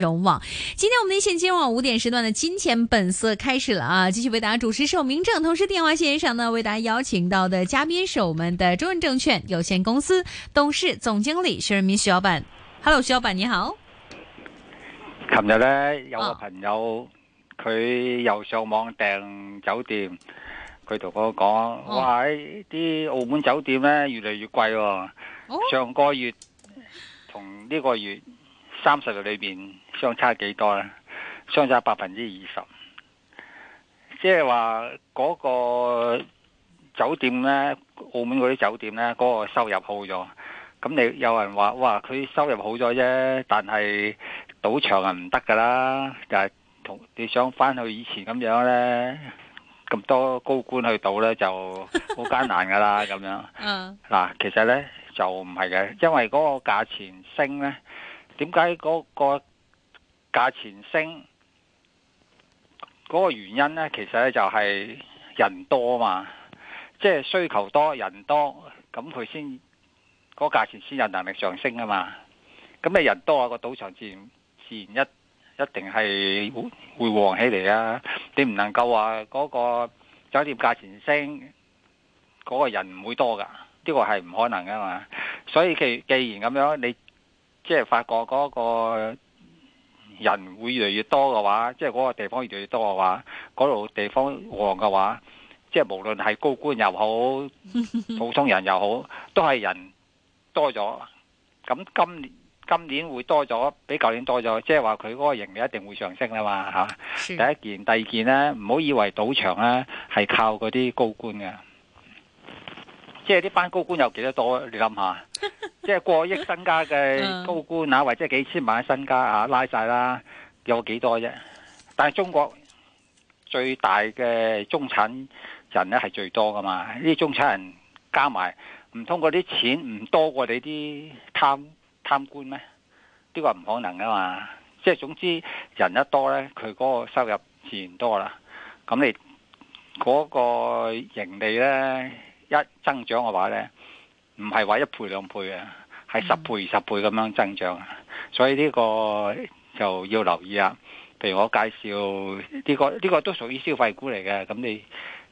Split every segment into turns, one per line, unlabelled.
融网，今天我们的一线金融网5点时段的金钱本色开始了啊！继续为大家主持是我明正，同时电话线上呢为大家邀请到的嘉宾是我们的中润证券有限公司董事总經理徐潤民徐老闆。Hello， 徐老闆你好。
琴日咧有個朋友佢又上網訂酒店，佢同我講：哇！啲澳門酒店咧越嚟越貴喎，上個月同呢個月30日裏邊相差幾多咧？相差20%，即係話嗰個酒店咧，澳門嗰啲酒店咧，嗰個收入好咗。咁你有人話：哇，佢收入好咗啫，但係賭場係唔得噶啦，就係同你想翻去以前咁樣咧，咁多高官去賭咧就好艱難噶啦咁樣。嗱，其實咧就唔係嘅，因為嗰個價錢升咧，點解嗰個價錢升嗰個原因咧？其實咧就係人多嘛，即係需求多人多，咁佢先嗰個價錢先有能力上升啊嘛。咁你人多啊，個賭場自然一定係會旺起嚟啊！你唔能夠話嗰個酒店價錢升，嗰個人唔會多噶，呢個係唔可能噶嘛。所以既然咁樣，你即係發覺嗰個人會越嚟越多嘅話，即係嗰個地方越嚟越多嘅話，嗰度地方旺嘅話，即係無論係高官又好，普通人又好，都係人多咗。咁今年會多咗，比舊年多咗，即係話佢嗰個盈利一定會上升啦嘛嚇。第一件，第二件呢，唔好以為賭場呢係靠嗰啲高官嘅，即係呢班高官有幾多？你諗下，即係過億身家嘅高官啊，或者幾千萬身家啊，拉晒啦，有幾多啫？但係中國最大嘅中產人呢係最多噶嘛？呢啲中產人加埋，唔通嗰啲錢唔多過你啲貪官咩？呢個唔可能噶嘛。即係總之人一多呢，佢嗰個收入自然多啦。咁你嗰個盈利呢，一增長嘅話呢，唔係話1倍2倍啊，係10倍20倍咁樣增長。所以呢個就要留意啊。譬如我介紹呢個都屬於消費股嚟嘅。咁你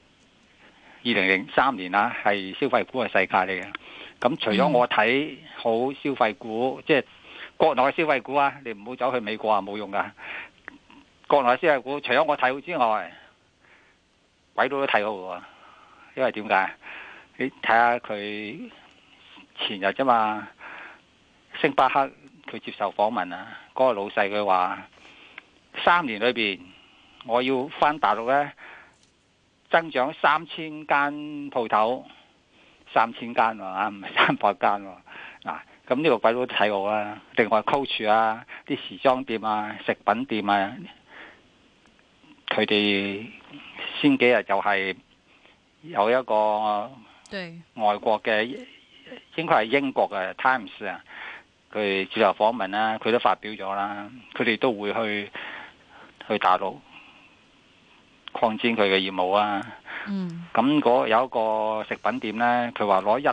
2003年啦，係消費股嘅世界嚟嘅。咁除咗我睇好消費股，即係國內嘅消費股啊，你唔好走去美國啊，冇用噶。國內嘅消費股，除咗我睇好之外，鬼佬都睇好喎。因為點解？你睇下佢前日啫嘛，星巴克佢接受訪問啊，嗰個老細佢話3年裏邊我要返大陸呢，增長3000間鋪頭，3000間喎，唔係300間喎。嗱，咁呢個鬼佬都睇好啦。另外 Coach 啊，啲時裝店啊、食品店啊，佢哋先幾日就係有一個外國嘅，應該係英國嘅 Times 啊，佢接受訪問啦，佢都發表咗啦，佢哋都會去大陸擴展佢嘅業務啊。咁有一個食品店呢，佢話攞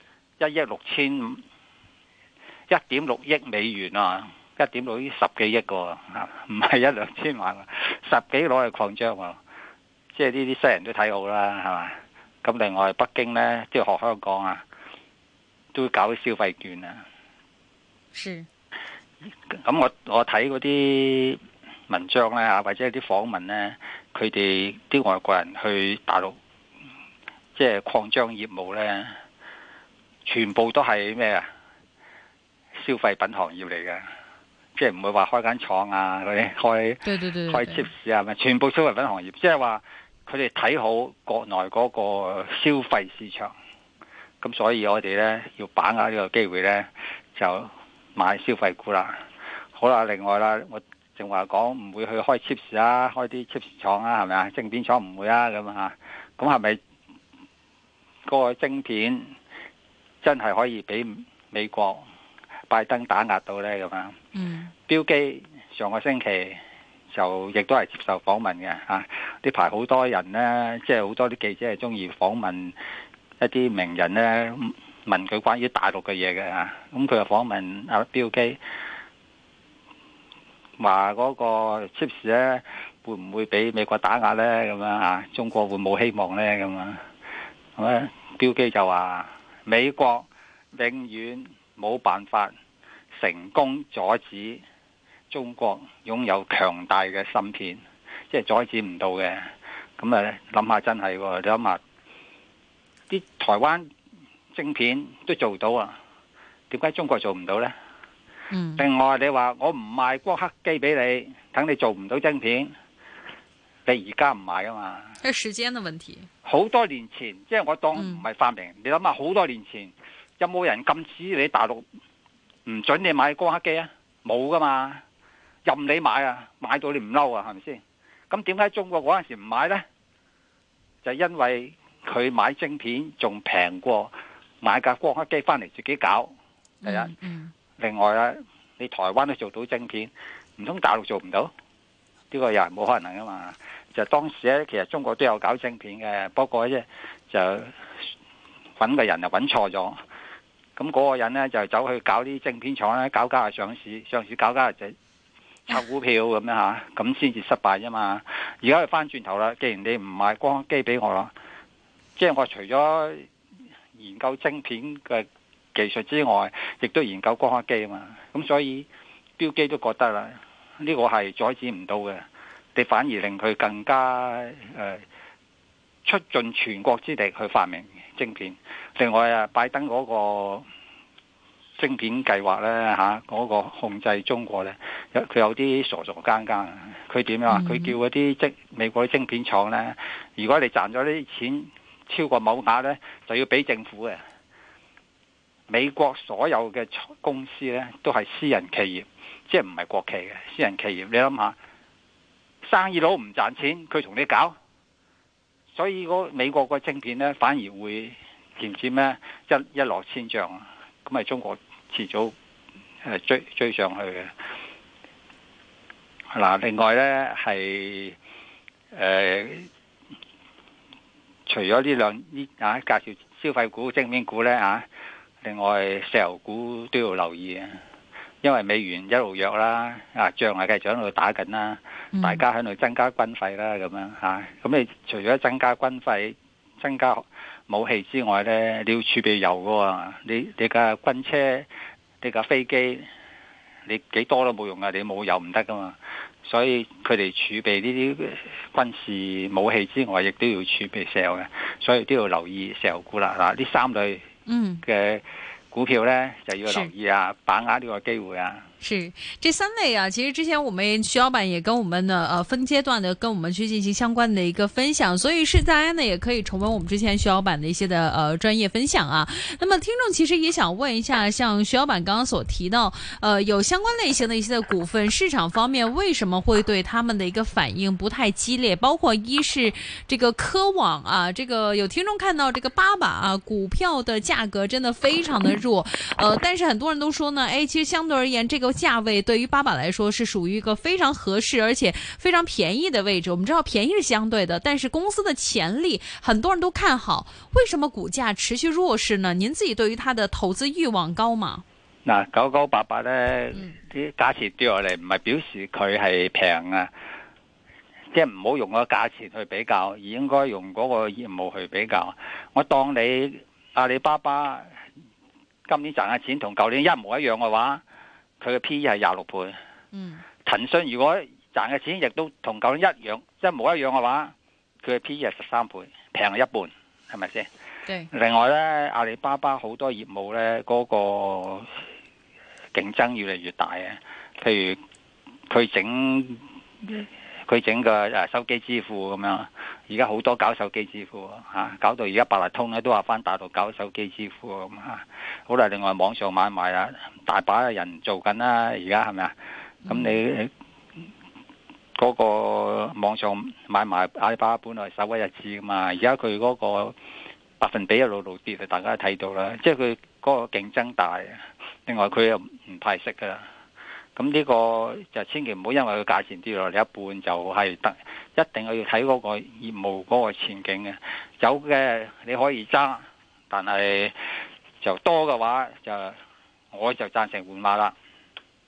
1.6億美元啊，1.6億10幾億個，唔係1-2千萬，10幾攞嚟擴張喎。即係呢啲西人都睇好啦，係嘛？咁另外北京呢，即係學香港啊，都搞啲消費券啊。
是。
咁我睇嗰啲文章呢，或者啲訪問呢，佢哋啲外國人去大陸即係擴張業務呢，全部都係咩啊？消費品行業嚟嘅，即係唔會話開間廠啊，嗰啲開 chips 啊，咪全部消費品行業。即係話佢哋睇好國內嗰個消費市場，咁所以我哋呢要把握呢個機會呢，就買消費股啦。好啦，另外啦，我正話講唔會去開 chips 啊，開啲 chips 廠啊，係咪啊？晶片廠唔會啊，咁啊，咁係咪嗰個晶片真係可以俾美國拜登打壓到呢？咁樣？標基上個星期就亦都係接受訪問嘅啊！呢排好多人呢，即係好多啲記者係中意訪問一啲名人呢，問佢關於大陸嘅嘢嘅啊。咁佢就訪問阿標基， 話嗰個 chips 咧會唔會俾美國打壓咧？咁樣啊，中國會冇希望咧？咁啊，咁啊，標基就話美國永遠冇辦法成功阻止中國擁有強大嘅芯片，即係阻止唔到嘅。咁啊，諗下真係喎，你諗下啲台灣晶片都做到啊，點解中國做唔到呢？另外你話我唔賣光刻機俾你，等你做唔到晶片，你而家唔賣啊嘛？
係時間嘅問題。
好多年前，即係我當唔係發明，你諗下好多年前有冇人禁止你大陸唔准你買光刻機啊？冇噶嘛，任你買啊，買到你唔嬲啊，係咪先？咁點解中國嗰陣時唔買呢？就因為佢買晶片仲平過買架光刻機翻嚟自己搞，第一。另外啊，你台灣都做到晶片，唔通大陸做唔到？呢個又係冇可能噶嘛。就當時咧，其實中國都有搞晶片嘅，不過咧就揾個人就揾錯咗。咁嗰個人咧就走去搞啲晶片廠咧，搞家下上市，上市搞家下就炒股票咁樣嚇，咁先至失敗啫嘛。而家又翻轉頭啦，既然你唔賣光刻機俾我啦，即係我除咗研究晶片嘅技術之外，亦都研究光刻機啊嘛。咁所以標基都覺得啦，呢個係阻止唔到嘅，你反而令佢更加出盡全國之力去發明晶片。另外啊，拜登嗰個晶片計劃咧嚇，嗰個控制中國咧，佢有啲傻傻更更。佢點樣啊？佢叫嗰啲美國啲晶片廠咧，如果你賺咗啲錢超過某額咧，就要俾政府嘅。美國所有嘅公司咧都係私人企業，即係唔係國企嘅私人企業。你諗下，生意佬唔賺錢，佢同你搞，所以美國個晶片咧反而會漸漸咧一落千丈，咁係中國遲早追上去嘅。嗱，另外咧係除咗呢介紹消費股、晶片股咧啊。另外石油股都要留意啊，因為美元一路弱啦，仗係繼續喺度打緊啦，大家喺度增加軍費啦，咁樣嚇。咁你除咗增加軍費、增加武器之外呢，你要儲備油嘅喎。你架軍車、你架飛機，你幾多都冇用啊！你冇油唔得噶嘛。所以佢哋儲備呢啲軍事武器之外，亦都要儲備石油嘅，所以都要留意石油股啦。嗱，呢三類嘅股票呢，就要留意啊，把握呢個機會啊。
是這三類啊，其實之前我們徐老闆也跟我們呢分階段的跟我們去進行相關的一個分享，所以是大家呢也可以重溫我們之前徐老闆的一些的專業分享啊。那麼聽眾其實也想問一下，像徐老闆剛剛所提到有相關類型的一些的股份，市場方面為什麼會對他們的一個反應不太激烈？包括一是這個科網啊，這個有聽眾看到這個8把啊股票的價格真的非常的弱，但是很多人都說呢，誒，其實相對而言這個價位對於8把來說是屬於一個非常合適而且非常便宜的位置。我們知道便宜是相對的，但是公司的潛力很多人都看好，為什麼股價持續弱勢呢？您自己對於它的投資慾望高嗎？
嗱，9988呢啲價錢跌落嚟，唔係表示佢係平啊，即係唔好用個價錢去比較，而應該用嗰個業務去比較。我當你阿里巴巴今年賺嘅錢同舊年一模一樣嘅話，佢嘅 P/E 係26倍。騰訊如果賺嘅錢亦都同舊年一模一樣嘅話，佢嘅 P/E 係13倍，平一半，係咪先？
對。另
外呢，阿里巴巴好多業務呢，嗰個競爭越嚟越大啊。譬如佢整個手機支付咁樣，而家好多搞手機支付啊，搞到而家八達通咧都話翻大陸搞手機支付咁啊。好啦，另外網上買賣啊，大把人做緊啦，而家係咪啊？咁你嗰個網上買賣阿里巴巴本來首屈一指噶嘛，而家佢嗰個百分比一路跌，大家睇到啦，即係佢嗰個競爭大。另外佢又唔派息噶啦。咁呢個就千祈唔好因為個價錢跌落嚟一半就係得，一定要睇嗰個業務嗰個前景嘅。有嘅你可以揸，但係就多嘅話我就贊成換馬啦。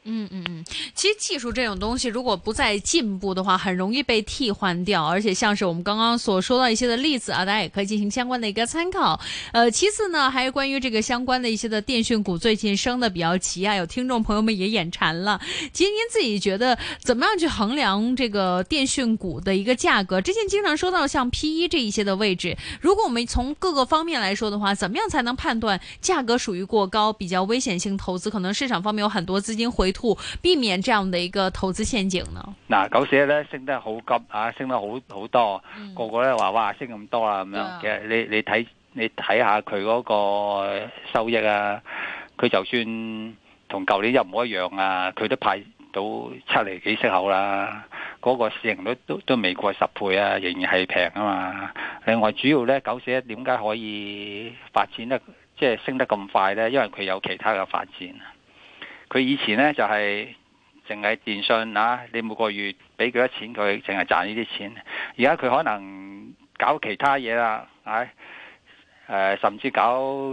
其实技术这种东西，如果不再进步的话，很容易被替换掉。而且像是我们刚刚所说到一些的例子啊，大家也可以进行相关的一个参考。其次呢，还有关于这个相关的一些的电讯股最近升的比较急啊，有听众朋友们也眼馋了。其实您自己觉得怎么样去衡量这个电讯股的一个价格？之前经常说到像 P/E 这一些的位置，如果我们从各个方面来说的话，怎么样才能判断价格属于过高，比较危险性投资？可能市场方面有很多資金回吐，避免這樣的一個投資陷阱呢？
嗱，941咧升得好急啊，升得好多，個個咧話哇升咁多啦咁樣。其實你睇下佢嗰個收益啊，佢就算同舊年一模一樣啊，佢都派到7厘幾息口啦，嗰個市盈率都未過10倍啊，仍然係平啊嘛。另外主要咧941點解可以發展得即係升得咁快咧？因為佢有其他嘅發展。佢以前咧就係淨係電信啊，你每個月俾幾多錢佢，淨係賺呢啲錢。而家佢可能搞其他嘢啦，甚至搞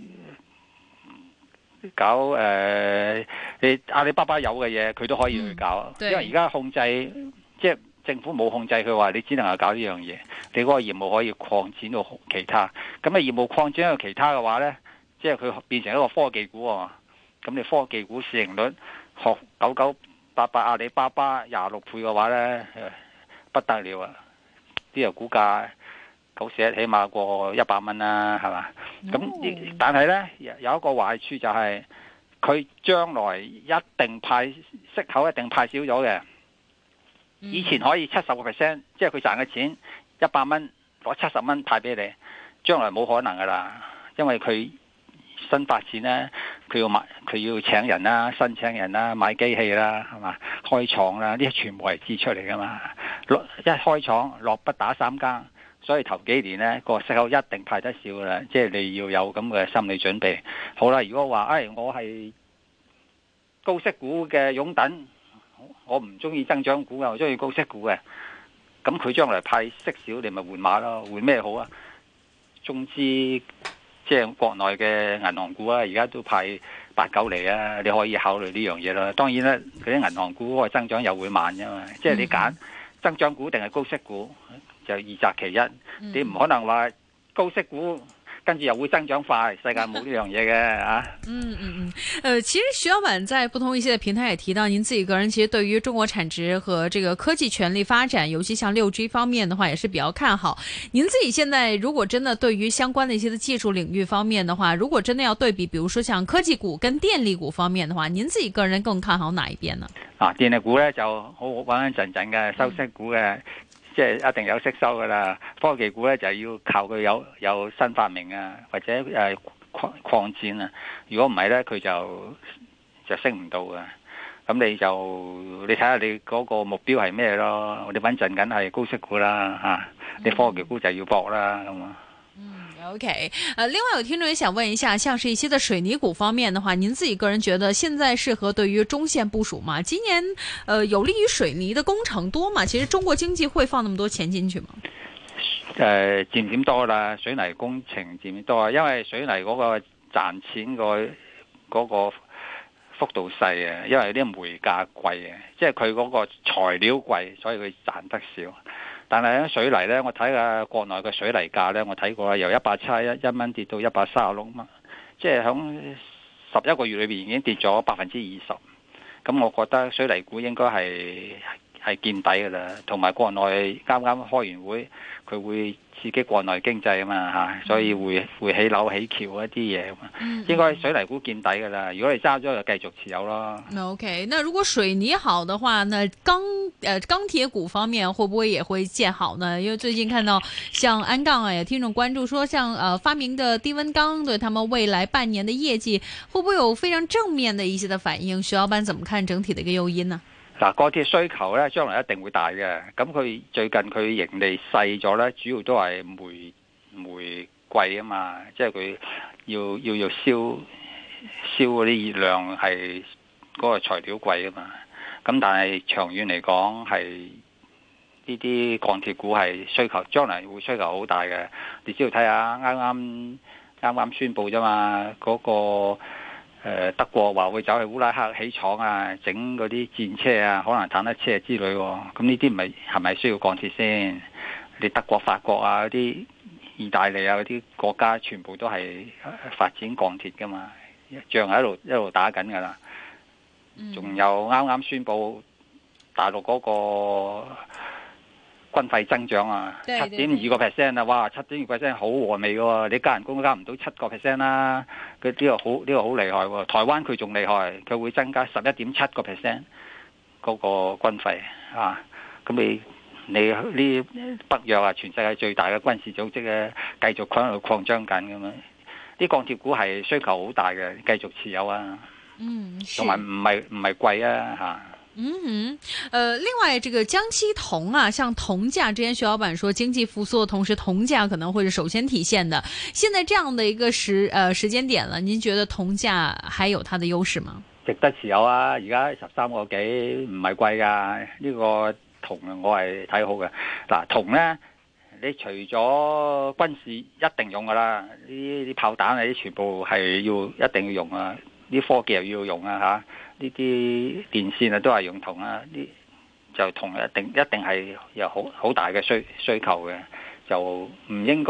你阿里巴巴有嘅嘢，佢都可以去搞。因為而家控制即係政府冇控制佢話，你只能夠搞呢樣嘢，你嗰個業務可以擴展到其他。咁啊業務擴展到其他嘅話咧，即係佢變成一個科技股喎。咁你科技股市盈率學9988阿里巴巴26倍嘅話咧，不得了啊！啲股價941起碼過100蚊啦，係嘛？咁但係咧有一個壞處就係佢將來一定派息口一定派少咗嘅。以前可以70%，即係佢賺嘅錢100蚊攞70蚊派俾你，將來冇可能噶啦，因為佢新發展咧，佢要請人啦，新請人啦，買機器啦，係嘛？開廠啦，呢啲全部係支出嚟噶嘛。一開廠落不打3更，所以頭幾年咧個息口一定派得少噶啦，即係你要有咁嘅心理準備。好啦，如果話我係高息股嘅擁躉，我唔中意增長股嘅，我中意高息股嘅，咁佢將來派息少，你咪換馬咯，換咩好啊？中資。即係國內嘅銀行股啊，而家都派8、9厘啊，你可以考慮呢樣嘢啦。當然啦，佢啲銀行股嗰個增長又會慢啫嘛。即係你揀增長股定係高息股，就二擇其一。你唔可能話高息股跟住又會增長快，世界冇呢樣嘢嘅啊。
其實徐老闆在不同一些的平台也提到，您自己個人其實對於中國產值和這個科技全力發展，尤其像6G 方面的話，也是比較看好。您自己現在如果真的對於相關的一些的技術領域方面的話，如果真的要對比，比如說像科技股跟電力股方面的話，您自己個人更看好哪一邊呢？
電力股呢就好穩穩陣陣嘅，收息股嘅。即係一定有息收噶啦，科技股咧就要靠佢有新發明啊，或者擴展啊。如果唔係咧，佢就升唔到嘅。咁你睇下你嗰個目標係咩咯？我哋穩陣緊係高息股啦嚇，你科技股就要搏啦咁啊。
OK， 另外有聽眾也想問一下，像是一些的水泥股方面的話，您自己個人覺得現在適合對於中線部署嗎？今年有利於水泥的工程多嗎？其實中國經濟會放那麼多錢進去嗎？
漸漸多啦，水泥工程漸漸多，因為水泥嗰個賺錢嗰個幅度細啊，因為啲煤價貴啊，即係佢嗰個材料貴，所以佢賺得少。但係喺水泥咧，我睇下國內嘅水泥價咧，我睇過啦，由171蚊跌到136蚊，即係響11個月裏邊已經跌咗20%。咁我覺得水泥股應該係見底㗎啦，同埋國內啱啱開完會，佢會刺激國內經濟啊嘛嚇，所以會起樓起橋一啲嘢嘛，應該水泥股見底㗎啦。如果你揸咗就繼續持有咯。
OK， 那如果水泥好的話，那鋼鐵股方面會不會也會見好呢？因為最近看到像鞍鋼啊，有聽眾關注說，像發明的低溫鋼對他們未來半年的業績會不會有非常正面的一些的反應？徐老闆怎麼看整體的一個誘因呢？
嗱，鋼鐵需求咧，將來一定會大嘅。咁佢最近佢盈利細咗咧，主要都係煤貴啊嘛，即係佢要燒嗰啲熱量係嗰個材料貴啊嘛。咁但係長遠嚟講係呢啲鋼鐵股係需求，將來會需求好大嘅。你只要睇下啱啱宣布啫嘛，嗰個德國話會走去烏拉克起廠啊，整嗰啲戰車啊，可能坦克車之類喎。咁呢啲係咪需要鋼鐵先？你德國、法國啊嗰啲，意大利啊嗰啲國家全部都係發展鋼鐵噶嘛，仗係一路打緊噶啦。仲有啱啱宣布大陸嗰個軍費增長啊，7.2%啊，哇，7.2%好和味嘅喎，你加人工都加唔到7%啦，佢呢個好厲害喎。台灣佢仲厲害，佢會增加11.7%嗰個軍費啊。咁你呢北約啊，全世界最大嘅軍事組織咧，繼續喺度擴張緊咁樣，啲鋼鐵股係需求好大嘅，繼續持有啊。同埋唔係貴啊嚇。
另外這個江西銅啊，像銅價之前徐老闆說經濟復甦的同時，銅價可能會是首先體現的。現在這樣的一個時間點了，您覺得銅價還有它的優勢嗎？
值得持有啊！而家13個幾唔係貴噶，呢個銅我係睇好嘅。嗱，銅呢，你除咗軍事一定用噶啦，呢啲炮彈啊啲全部係一定要用啊，啲科技又要用啊嚇。呢啲電線啊都係用銅啊，呢就銅一定係有好大嘅需求嘅，就唔應該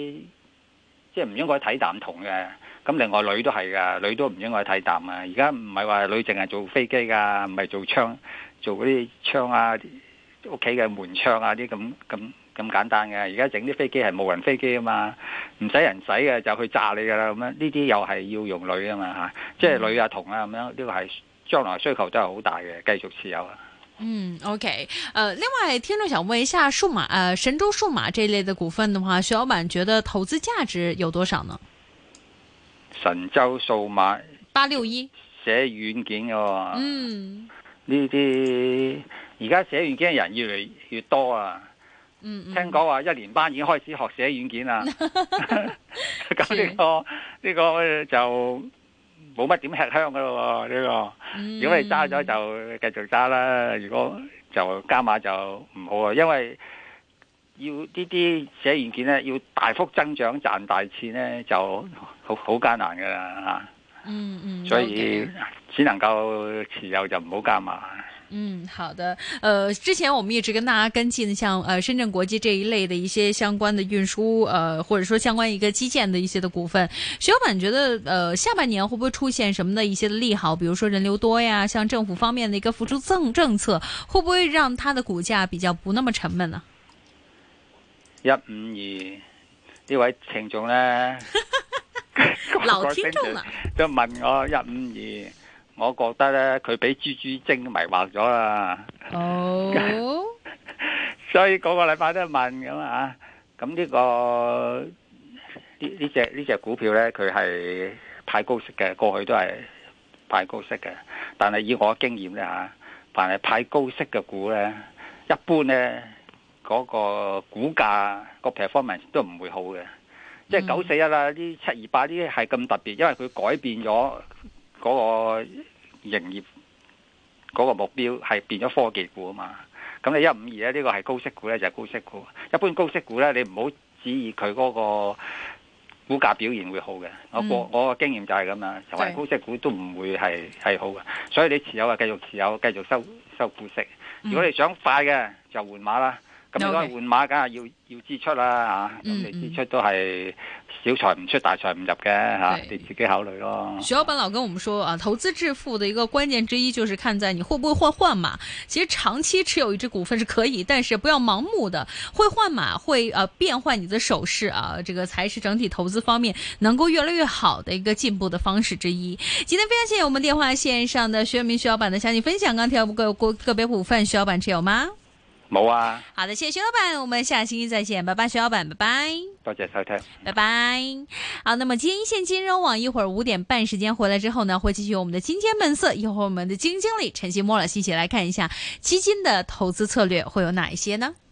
睇淡銅嘅。咁另外鋁都係噶，鋁都唔應該睇淡啊。而家唔係話鋁淨係做飛機噶，唔係做嗰啲窗啊，屋企嘅門窗啊啲咁簡單嘅。而家整啲飛機係無人飛機啊嘛，唔使人使嘅就去炸你噶啦咁樣。呢啲又係要用鋁啊嘛嚇，即係鋁啊銅啊咁樣，呢個係將來需求都係好大嘅，繼續持有啊。
OK，另外聽眾想問一下神州數碼這一類的股份的話，徐老闆覺得投資價值有多少呢？
神州數碼
861
寫軟件嘅喎，呢啲而家寫軟件嘅人越嚟越多啊。聽講話1年班已經開始學寫軟件啦。咁呢個就冇乜點吃香噶咯喎，呢個。如果你揸咗就繼續揸啦，如果就加碼就唔好啊，因為要呢啲寫軟件咧，要大幅增長賺大錢咧，就好艱難噶啦嚇。所以只能夠持有就唔好加碼。
好的。之前我們一直跟大家跟進，像深圳國際這一類的一些相關的運輸，或者說相關一個基建的一些的股份，徐老闆覺得下半年會不會出現什麼的一些的利好？比如說人流多呀，像政府方面的一個扶助政策，會不會讓它的股價比較不那麼沉悶呢
？152呢位聽眾呢，
老聽眾啦，
都問我152。我覺得咧，佢俾豬豬精迷惑咗啦。所以個個禮拜都問咁啊。咁呢隻股票咧，佢係派高息嘅，過去都係派高息嘅。但係以我經驗咧嚇，凡係派高息嘅股咧，一般咧嗰個股價個 performance 都唔會好嘅。即係941啦，啲728呢啲係咁特別，因為佢改變咗嗰個營業嗰個目標係變咗科技股啊嘛，咁你152咧呢個係高息股咧就係高息股，一般高息股咧你唔好指意佢嗰個股價表現會好嘅，我個經驗就係咁啊，就係高息股都唔會係好嘅，所以你持有啊繼續持有，繼續收股息。如果你想快嘅就換馬啦。咁如果換馬梗係要支出啦嚇，咁你支出都係小財唔出大財唔入嘅嚇，你自己考慮咯。
徐老闆老跟我們說啊，投資致富的一個關鍵之一就是看在你會不會換馬。其實長期持有一隻股份是可以，但是不要盲目的會換馬，會變換你的手勢啊，這個才是整體投資方面能夠越來越好的一個進步的方式之一。今天非常謝謝我們電話線上的徐潤民徐老闆的詳細分享。剛提到個別股份，徐老闆持有嗎？
冇啊！
好的，謝謝徐老闆，我們下星期再見，拜拜，徐老闆，拜拜。
多謝收聽，
拜拜。好，那麼今天一線金融網一會兒5點半時間回來之後呢，會繼續我們的金錢本色，一會兒我們的基金經理陳昕摸了一起來看一下基金的投資策略會有哪一些呢？